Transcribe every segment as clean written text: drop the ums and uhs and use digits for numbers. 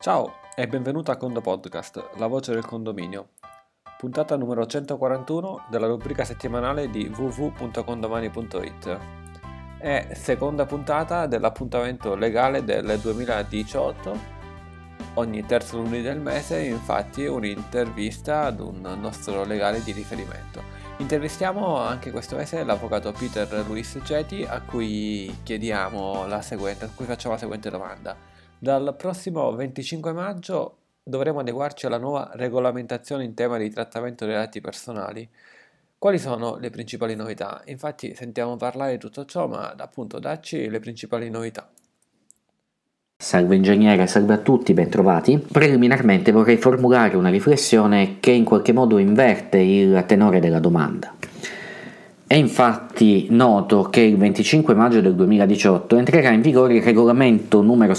Ciao e benvenuto a Condo Podcast, la voce del condominio, puntata numero 141 della rubrica settimanale di www.condomani.it e seconda puntata dell'appuntamento legale del 2018. Ogni terzo lunedì del mese, infatti, un'intervista ad un nostro legale di riferimento. Intervistiamo anche questo mese l'avvocato Peter Luis Ceti, a cui facciamo la seguente domanda. Dal prossimo 25 maggio dovremo adeguarci alla nuova regolamentazione in tema di trattamento dei dati personali. Quali sono le principali novità? Infatti sentiamo parlare di tutto ciò, ma appunto dacci le principali novità. Salve ingegnere, salve a tutti, bentrovati. Preliminarmente vorrei formulare una riflessione che in qualche modo inverte il tenore della domanda. È infatti noto che il 25 maggio del 2018 entrerà in vigore il regolamento numero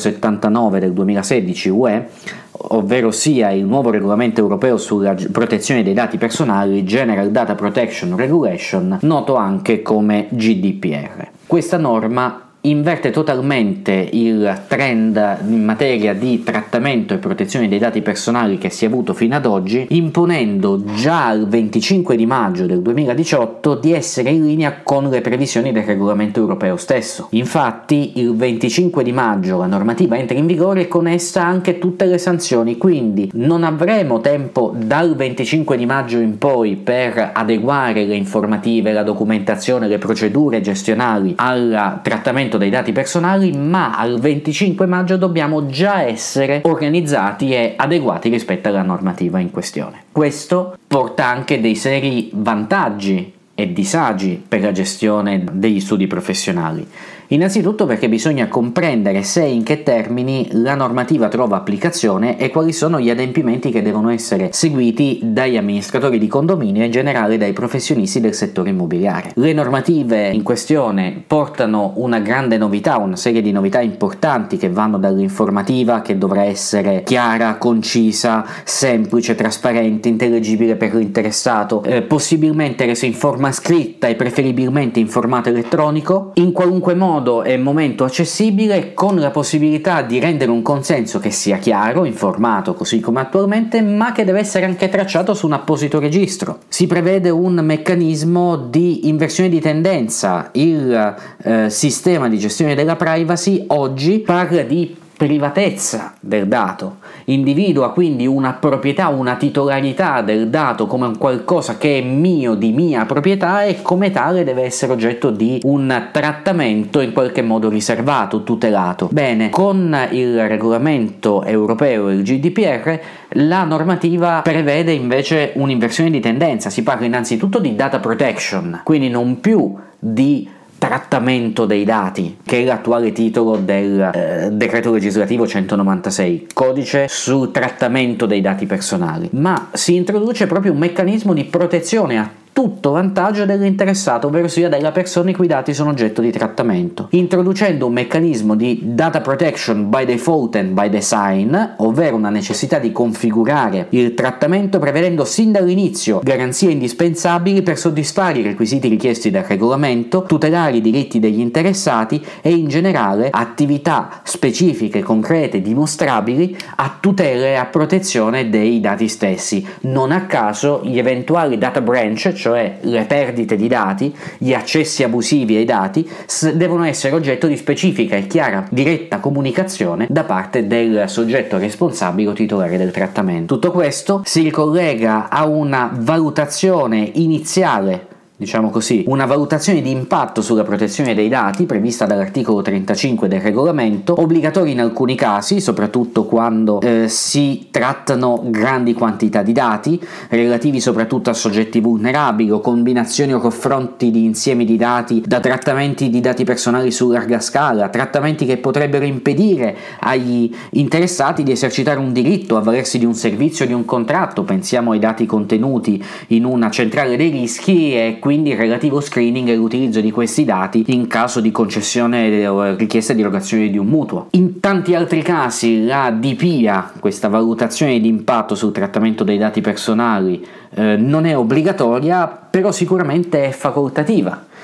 679 del 2016 UE, ovvero sia il nuovo regolamento europeo sulla protezione dei dati personali, General Data Protection Regulation, noto anche come GDPR. Questa norma inverte totalmente il trend in materia di trattamento e protezione dei dati personali che si è avuto fino ad oggi, imponendo già il 25 di maggio del 2018 di essere in linea con le previsioni del regolamento europeo stesso. Infatti il 25 di maggio la normativa entra in vigore e con essa anche tutte le sanzioni, quindi non avremo tempo dal 25 di maggio in poi per adeguare le informative, la documentazione, le procedure gestionali al trattamento dei dati personali, ma al 25 maggio dobbiamo già essere organizzati e adeguati rispetto alla normativa in questione. Questo porta anche dei seri vantaggi e disagi per la gestione degli studi professionali. Innanzitutto perché bisogna comprendere se e in che termini la normativa trova applicazione e quali sono gli adempimenti che devono essere seguiti dagli amministratori di condominio e in generale dai professionisti del settore immobiliare. Le normative in questione portano una grande novità, una serie di novità importanti che vanno dall'informativa, che dovrà essere chiara, concisa, semplice, trasparente, intellegibile per l'interessato, possibilmente resa in forma scritta e preferibilmente in formato elettronico, in qualunque modo e momento accessibile, con la possibilità di rendere un consenso che sia chiaro, informato così come attualmente, ma che deve essere anche tracciato su un apposito registro. Si prevede un meccanismo di inversione di tendenza. Il sistema di gestione della privacy oggi parla di privatezza del dato, individua quindi una proprietà, una titolarità del dato come un qualcosa che è mio, di mia proprietà, e come tale deve essere oggetto di un trattamento in qualche modo riservato, tutelato. Bene, con il regolamento europeo, il GDPR, la normativa prevede invece un'inversione di tendenza. Si parla innanzitutto di data protection, quindi non più di trattamento dei dati, che è l'attuale titolo del decreto legislativo 196, codice sul trattamento dei dati personali, ma si introduce proprio un meccanismo di protezione a tutto vantaggio dell'interessato, ovvero sia della persona i cui dati sono oggetto di trattamento, introducendo un meccanismo di data protection by default and by design, ovvero una necessità di configurare il trattamento prevedendo sin dall'inizio garanzie indispensabili per soddisfare i requisiti richiesti dal regolamento, tutelare i diritti degli interessati e in generale attività specifiche, concrete, dimostrabili a tutela e a protezione dei dati stessi. Non a caso gli eventuali data breach, cioè le perdite di dati, gli accessi abusivi ai dati, devono essere oggetto di specifica e chiara diretta comunicazione da parte del soggetto responsabile o titolare del trattamento. Tutto questo si ricollega a una valutazione iniziale, diciamo così, una valutazione di impatto sulla protezione dei dati prevista dall'articolo 35 del regolamento, obbligatoria in alcuni casi, soprattutto quando si trattano grandi quantità di dati, relativi soprattutto a soggetti vulnerabili o combinazioni o confronti di insiemi di dati, da trattamenti di dati personali su larga scala, trattamenti che potrebbero impedire agli interessati di esercitare un diritto, avvalersi di un servizio, di un contratto. Pensiamo ai dati contenuti in una centrale dei rischi e quindi il relativo screening e l'utilizzo di questi dati in caso di concessione o richiesta di erogazione di un mutuo. In tanti altri casi la DPIA, questa valutazione di impatto sul trattamento dei dati personali, non è obbligatoria, però sicuramente è facoltativa.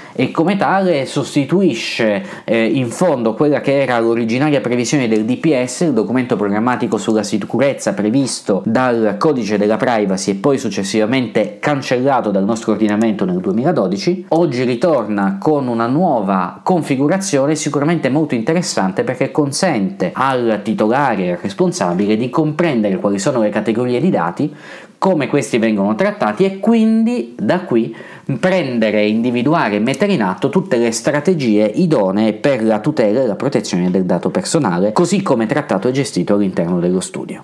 e come tale sostituisce in fondo quella che era l'originaria previsione del DPS, il documento programmatico sulla sicurezza previsto dal codice della privacy e poi successivamente cancellato dal nostro ordinamento nel 2012. Oggi ritorna con una nuova configurazione sicuramente molto interessante, perché consente al titolare e al responsabile di comprendere quali sono le categorie di dati, come questi vengono trattati e quindi da qui prendere, individuare e mettere in atto tutte le strategie idonee per la tutela e la protezione del dato personale, così come trattato e gestito all'interno dello studio.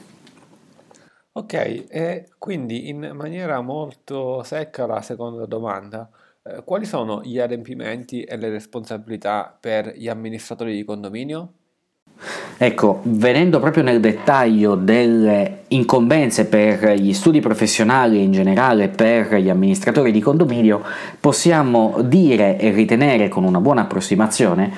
Ok, e quindi in maniera molto secca la seconda domanda, quali sono gli adempimenti e le responsabilità per gli amministratori di condominio? Ecco, venendo proprio nel dettaglio delle incombenze per gli studi professionali e in generale per gli amministratori di condominio, possiamo dire e ritenere con una buona approssimazione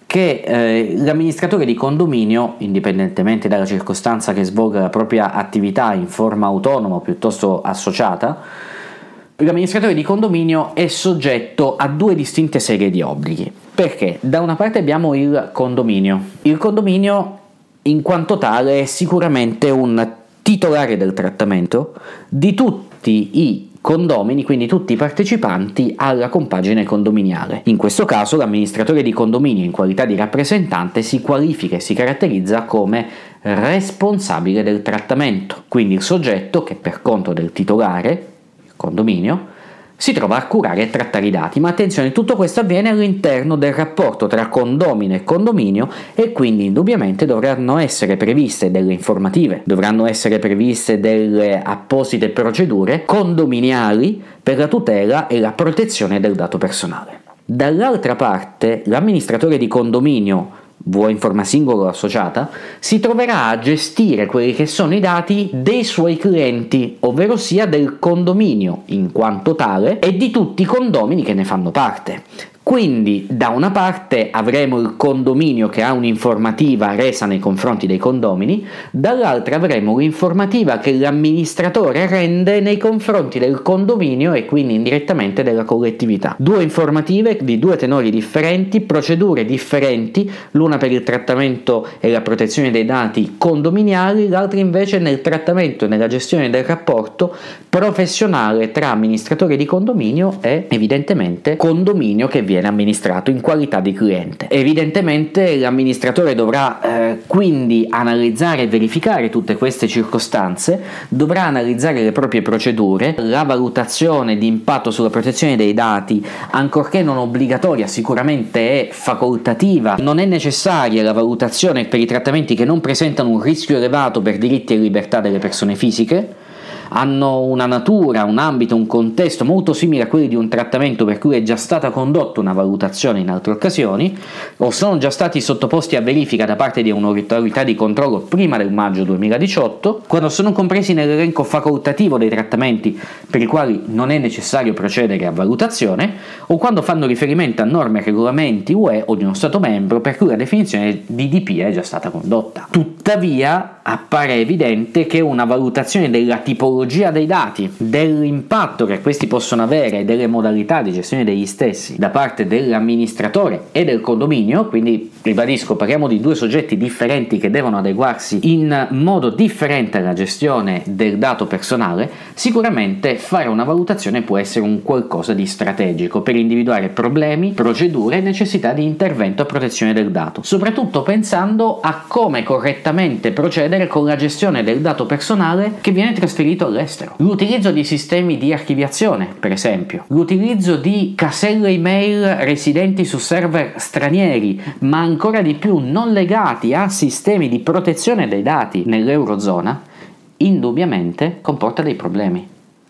che l'amministratore di condominio, indipendentemente dalla circostanza che svolga la propria attività in forma autonoma o piuttosto associata, l'amministratore di condominio è soggetto a due distinte serie di obblighi. Perché? Da una parte abbiamo il condominio. Il condominio, in quanto tale, è sicuramente un titolare del trattamento di tutti i condomini, quindi tutti i partecipanti alla compagine condominiale. In questo caso l'amministratore di condominio, in qualità di rappresentante, si qualifica e si caratterizza come responsabile del trattamento, quindi il soggetto che per conto del titolare, il condominio, si trova a curare e trattare i dati. Ma attenzione, tutto questo avviene all'interno del rapporto tra condomino e condominio e quindi indubbiamente dovranno essere previste delle informative, dovranno essere previste delle apposite procedure condominiali per la tutela e la protezione del dato personale. Dall'altra parte, l'amministratore di condominio, vuoi in forma singola o associata, si troverà a gestire quelli che sono i dati dei suoi clienti, ovvero sia del condominio in quanto tale e di tutti i condomini che ne fanno parte. Quindi da una parte avremo il condominio che ha un'informativa resa nei confronti dei condomini, dall'altra avremo l'informativa che l'amministratore rende nei confronti del condominio e quindi indirettamente della collettività. Due informative di due tenori differenti, procedure differenti, l'una per il trattamento e la protezione dei dati condominiali, l'altra invece nel trattamento e nella gestione del rapporto professionale tra amministratore di condominio e evidentemente condominio che viene amministrato in qualità di cliente. Evidentemente l'amministratore dovrà quindi analizzare e verificare tutte queste circostanze, dovrà analizzare le proprie procedure, la valutazione di impatto sulla protezione dei dati, ancorché non obbligatoria, sicuramente è facoltativa, non è necessaria la valutazione per i trattamenti che non presentano un rischio elevato per diritti e libertà delle persone fisiche, hanno una natura, un ambito, un contesto molto simile a quelli di un trattamento per cui è già stata condotta una valutazione in altre occasioni o sono già stati sottoposti a verifica da parte di un'autorità di controllo prima del maggio 2018, quando sono compresi nell'elenco facoltativo dei trattamenti per i quali non è necessario procedere a valutazione, o quando fanno riferimento a norme e regolamenti UE o di uno Stato membro per cui la definizione di DP è già stata condotta. Tuttavia appare evidente che una valutazione della tipologia dei dati, dell'impatto che questi possono avere e delle modalità di gestione degli stessi da parte dell'amministratore e del condominio, quindi ribadisco, parliamo di due soggetti differenti che devono adeguarsi in modo differente alla gestione del dato personale, sicuramente fare una valutazione può essere un qualcosa di strategico per individuare problemi, procedure e necessità di intervento a protezione del dato, soprattutto pensando a come correttamente procedere con la gestione del dato personale che viene trasferito all'estero. L'utilizzo di sistemi di archiviazione, per esempio, l'utilizzo di caselle email residenti su server stranieri, ma ancora di più non legati a sistemi di protezione dei dati nell'Eurozona, indubbiamente comporta dei problemi.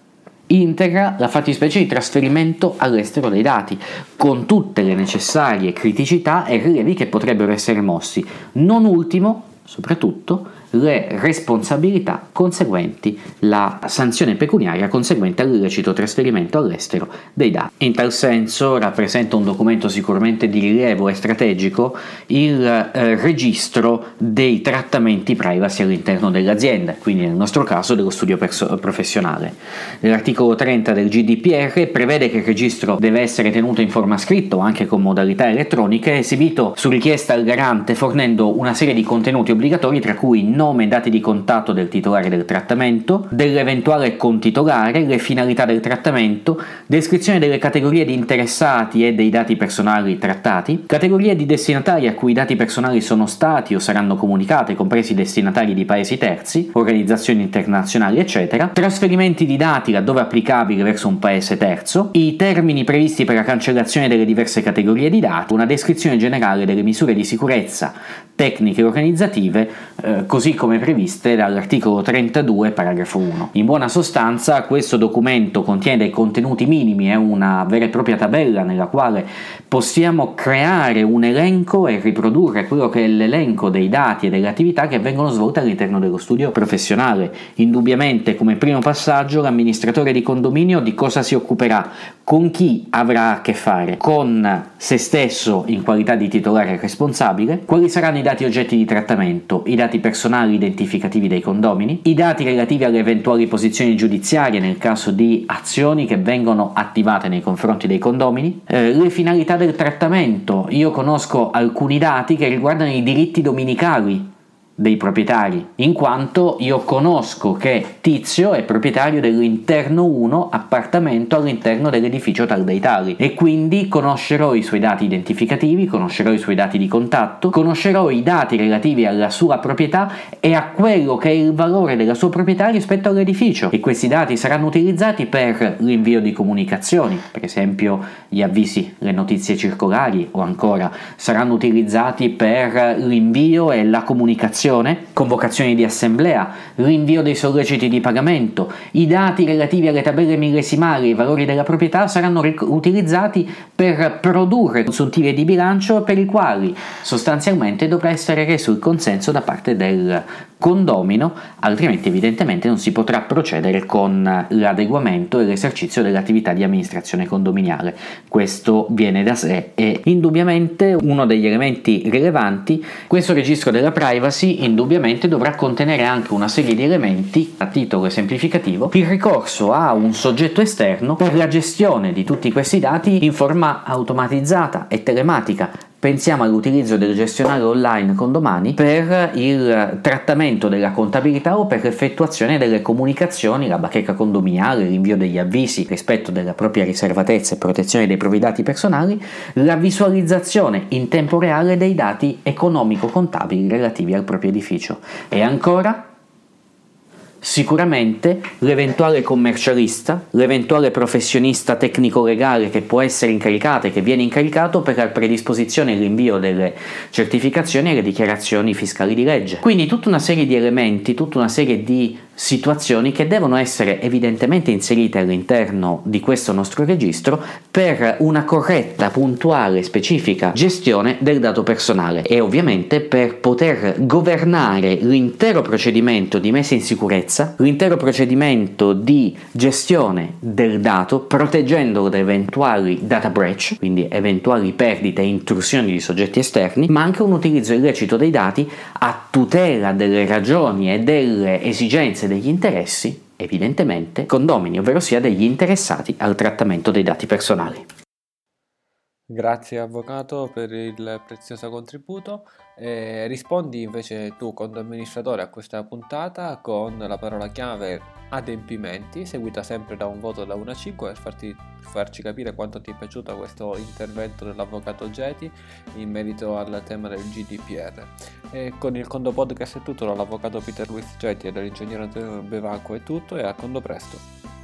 Integra la fattispecie di trasferimento all'estero dei dati, con tutte le necessarie criticità e rilievi che potrebbero essere mossi, non ultimo soprattutto le responsabilità conseguenti, la sanzione pecuniaria conseguente all'illecito trasferimento all'estero dei dati. In tal senso rappresenta un documento sicuramente di rilievo e strategico il registro dei trattamenti privacy all'interno dell'azienda, quindi nel nostro caso dello studio professionale. L'articolo 30 del GDPR prevede che il registro deve essere tenuto in forma scritta o anche con modalità elettroniche, esibito su richiesta al garante, fornendo una serie di contenuti obbligatori, tra cui nome e dati di contatto del titolare del trattamento, dell'eventuale contitolare, le finalità del trattamento, descrizione delle categorie di interessati e dei dati personali trattati, categorie di destinatari a cui i dati personali sono stati o saranno comunicati, compresi destinatari di paesi terzi, organizzazioni internazionali, eccetera, trasferimenti di dati laddove applicabile verso un paese terzo, i termini previsti per la cancellazione delle diverse categorie di dati, una descrizione generale delle misure di sicurezza tecniche e organizzative, così come previste dall'articolo 32 paragrafo 1. In buona sostanza questo documento contiene dei contenuti minimi, è una vera e propria tabella nella quale possiamo creare un elenco e riprodurre quello che è l'elenco dei dati e delle attività che vengono svolte all'interno dello studio professionale. Indubbiamente, come primo passaggio, l'amministratore di condominio di cosa si occuperà, con chi avrà a che fare, con se stesso in qualità di titolare responsabile, quali saranno i dati oggetti di trattamento, i dati personali identificativi dei condomini, i dati relativi alle eventuali posizioni giudiziarie nel caso di azioni che vengono attivate nei confronti dei condomini, le finalità del trattamento. Io conosco alcuni dati che riguardano i diritti dominicali dei proprietari, in quanto io conosco che Tizio è proprietario dell'interno 1 appartamento all'interno dell'edificio tal dei tali, e quindi conoscerò i suoi dati identificativi, conoscerò i suoi dati di contatto, conoscerò i dati relativi alla sua proprietà e a quello che è il valore della sua proprietà rispetto all'edificio, e questi dati saranno utilizzati per l'invio di comunicazioni, per esempio gli avvisi, le notizie circolari, o ancora saranno utilizzati per l'invio e la comunicazione, convocazioni di assemblea, rinvio dei solleciti di pagamento. I dati relativi alle tabelle millesimali e i valori della proprietà saranno utilizzati per produrre consuntivi di bilancio per i quali sostanzialmente dovrà essere reso il consenso da parte del condomino, altrimenti evidentemente non si potrà procedere con l'adeguamento e l'esercizio dell'attività di amministrazione condominiale. Questo viene da sé, e indubbiamente uno degli elementi rilevanti. Questo registro della privacy indubbiamente dovrà contenere anche una serie di elementi, a titolo esemplificativo, il ricorso a un soggetto esterno per la gestione di tutti questi dati in forma automatizzata e telematica. Pensiamo all'utilizzo del gestionale online Condomani per il trattamento della contabilità o per l'effettuazione delle comunicazioni, la bacheca condominiale, l'invio degli avvisi, rispetto della propria riservatezza e protezione dei propri dati personali, la visualizzazione in tempo reale dei dati economico-contabili relativi al proprio edificio. E ancora, sicuramente l'eventuale commercialista, l'eventuale professionista tecnico-legale che può essere incaricato e che viene incaricato per la predisposizione e l'invio delle certificazioni e le dichiarazioni fiscali di legge. Quindi tutta una serie di elementi, tutta una serie di situazioni che devono essere evidentemente inserite all'interno di questo nostro registro per una corretta, puntuale, specifica gestione del dato personale, e ovviamente per poter governare l'intero procedimento di messa in sicurezza, l'intero procedimento di gestione del dato, proteggendolo da eventuali data breach, quindi eventuali perdite e intrusioni di soggetti esterni, ma anche un utilizzo illecito dei dati a tutela delle ragioni e delle esigenze degli interessi, evidentemente, condomini, ovvero sia degli interessati al trattamento dei dati personali. Grazie avvocato per il prezioso contributo. Rispondi invece tu, condoamministratore, a questa puntata con la parola chiave adempimenti, seguita sempre da un voto da 1 a 5 per farci capire quanto ti è piaciuto questo intervento dell'avvocato Geti in merito al tema del GDPR. Con il Condo Podcast è tutto, dall'avvocato Peter Luis Geti e dall'ingegnere Antonio Bevacqua è tutto, e a Condo presto.